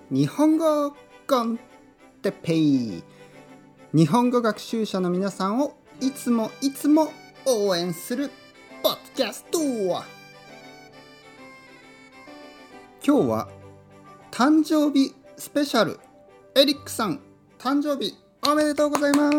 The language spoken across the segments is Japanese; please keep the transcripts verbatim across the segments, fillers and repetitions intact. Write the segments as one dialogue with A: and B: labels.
A: 日本語コンテッペイ。日本語学習者の皆さんをいつもいつも応援するポッドキャスト。今日は誕生日スペシャル。エリックさん、誕生日おめでとうございます。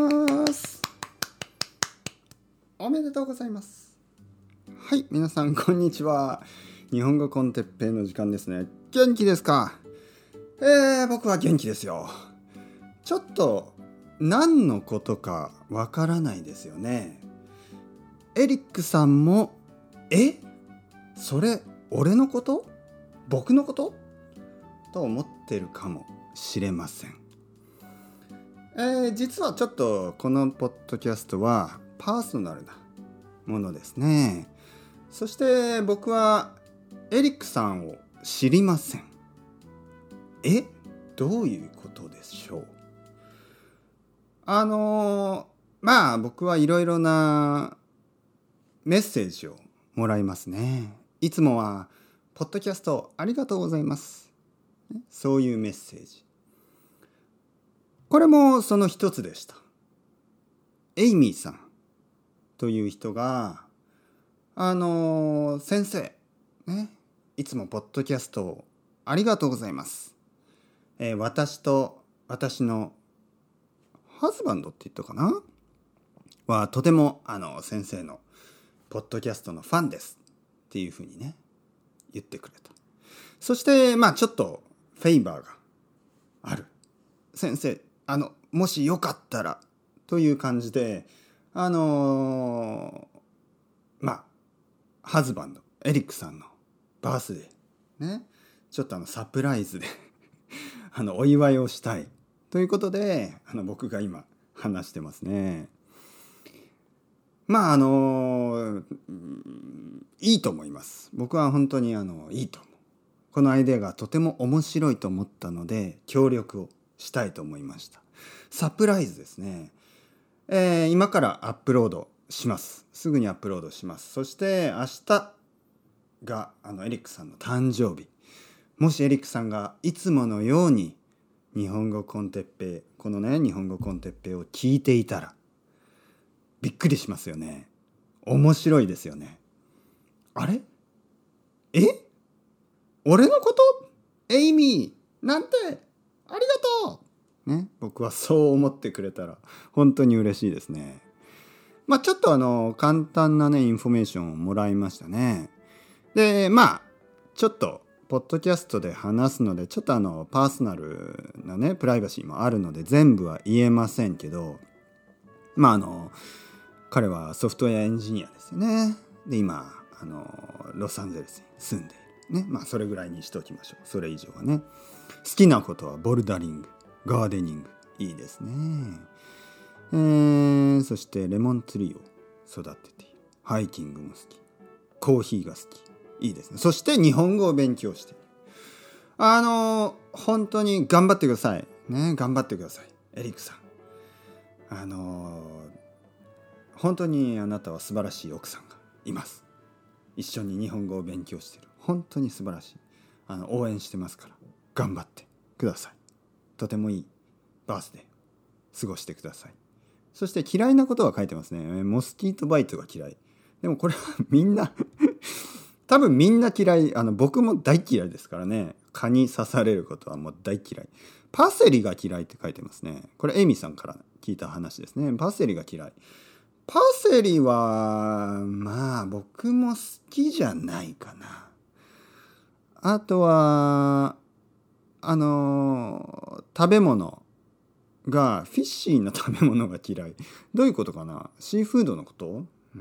A: おめでとうございます。はい、皆さんこんにちは。日本語コンテッペイの時間ですね。元気ですか？えー、僕は元気ですよ。ちょっと何のことかわからないですよね。エリックさんもえそれ俺のこと？僕のこと？と思ってるかもしれません。えー、実はちょっとこのポッドキャストはパーソナルなものですね。そして僕はエリックさんを知りません。えどういうことでしょう？あのー、まあ僕はいろいろなメッセージをもらいますね。いつもはポッドキャストありがとうございます。そういうメッセージ。これもその一つでした。エイミーさんという人が、あのー、先生、ね、いつもポッドキャストをありがとうございます。えー、私と私のハズバンドって言ったかなはとてもあの先生のポッドキャストのファンですっていうふうにね言ってくれた。そしてまあちょっとフェイバーがある。先生、あのもしよかったらという感じで、あのー、まあハズバンドエリックさんのバースデーね、ちょっとあのサプライズであのお祝いをしたいということで、あの僕が今話してますね。まああのいいと思います。僕は本当にあのいいと思う。このアイデアがとても面白いと思ったので協力をしたいと思いました。サプライズですね。えー、今からアップロードします。すぐにアップロードします。そして明日があのエリックさんの誕生日。もしエリックさんがいつものように日本語コンテッペイ、このね日本語コンテッペイを聞いていたらびっくりしますよね。面白いですよね。あれ？え？俺のこと？エイミーなんてありがとうね、僕はそう思ってくれたら本当に嬉しいですね。まあちょっとあの簡単なねインフォメーションをもらいましたね。でまあちょっとポッドキャストで話すのでちょっとあのパーソナルなねプライバシーもあるので全部は言えませんけど、まああの彼はソフトウェアエンジニアですよね。で今あのロサンゼルスに住んでいるね。まあそれぐらいにしておきましょう。それ以上はね。好きなことはボルダリング、ガーデニング、いいですね。えー、そしてレモンツリーを育てている。ハイキングも好き。コーヒーが好き。いいですね。そして日本語を勉強している。あの本当に頑張ってくださいね。頑張ってくださいエリックさん。あの本当にあなたは素晴らしい奥さんがいます。一緒に日本語を勉強している。本当に素晴らしい。あの応援してますから頑張ってください。とてもいいバースデー過ごしてください。そして嫌いなことは書いてますね。モスキートバイトが嫌い。でもこれはみんな多分みんな嫌い。あの僕も大嫌いですからね。蚊に刺されることはもう大嫌い。パセリが嫌いって書いてますね。これエイミさんから聞いた話ですね。パセリが嫌い。パセリはまあ僕も好きじゃないかな。あとはあの食べ物がフィッシーな食べ物が嫌い。どういうことかな？シーフードのこと？うん。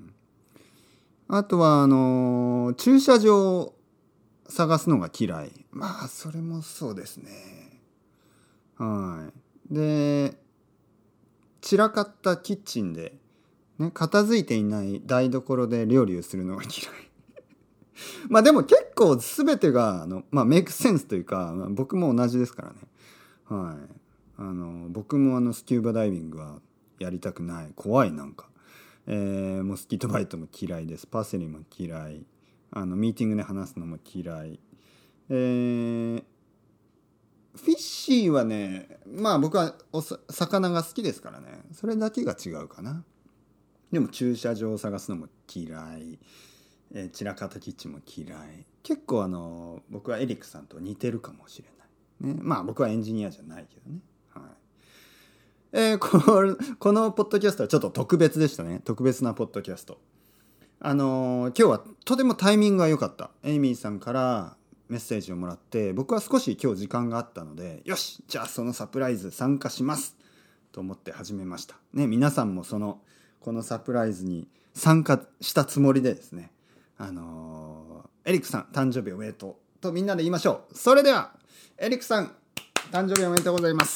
A: あとはあの駐車場を探すのが嫌い。まあそれもそうですね。はい。で散らかったキッチンで、ね、片付いていない台所で料理をするのが嫌い。まあでも結構全てがあの、まあ、メイクセンスというか、まあ、僕も同じですからね。はい。あの僕もあのスキューバダイビングはやりたくない。怖いなんか。えー、モスキートバイトも嫌いです。パセリも嫌い。あのミーティングで話すのも嫌い。えー、 シーはね、まあ僕はおさ魚が好きですからね、それだけが違うかな。でも駐車場を探すのも嫌い、えー、散らかったキッチンも嫌い。結構あの僕はエリックさんと似てるかもしれない、ね、まあ僕はエンジニアじゃないけどね、はい。えー、このこのポッドキャストはちょっと特別でしたね。特別なポッドキャスト。あのー今日はとてもタイミングが良かった。エイミーさんからメッセージをもらって、僕は少し今日時間があったので、よし、じゃあそのサプライズ参加しますと思って始めました。ね、皆さんもそのこのサプライズに参加したつもりでですね、あのーエリックさん誕生日おめでとうとみんなで言いましょう。それではエリックさん誕生日おめでとうございます。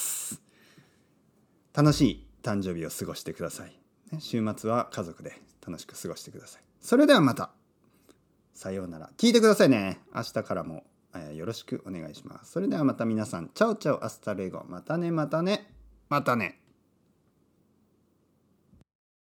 A: 楽しい誕生日を過ごしてください。ね、週末は家族で楽しく過ごしてください。それではまた。さようなら。聞いてくださいね。明日からも、えーよろしくお願いします。それではまた皆さん、チャオチャオアスタレゴ。またねまたね。またね。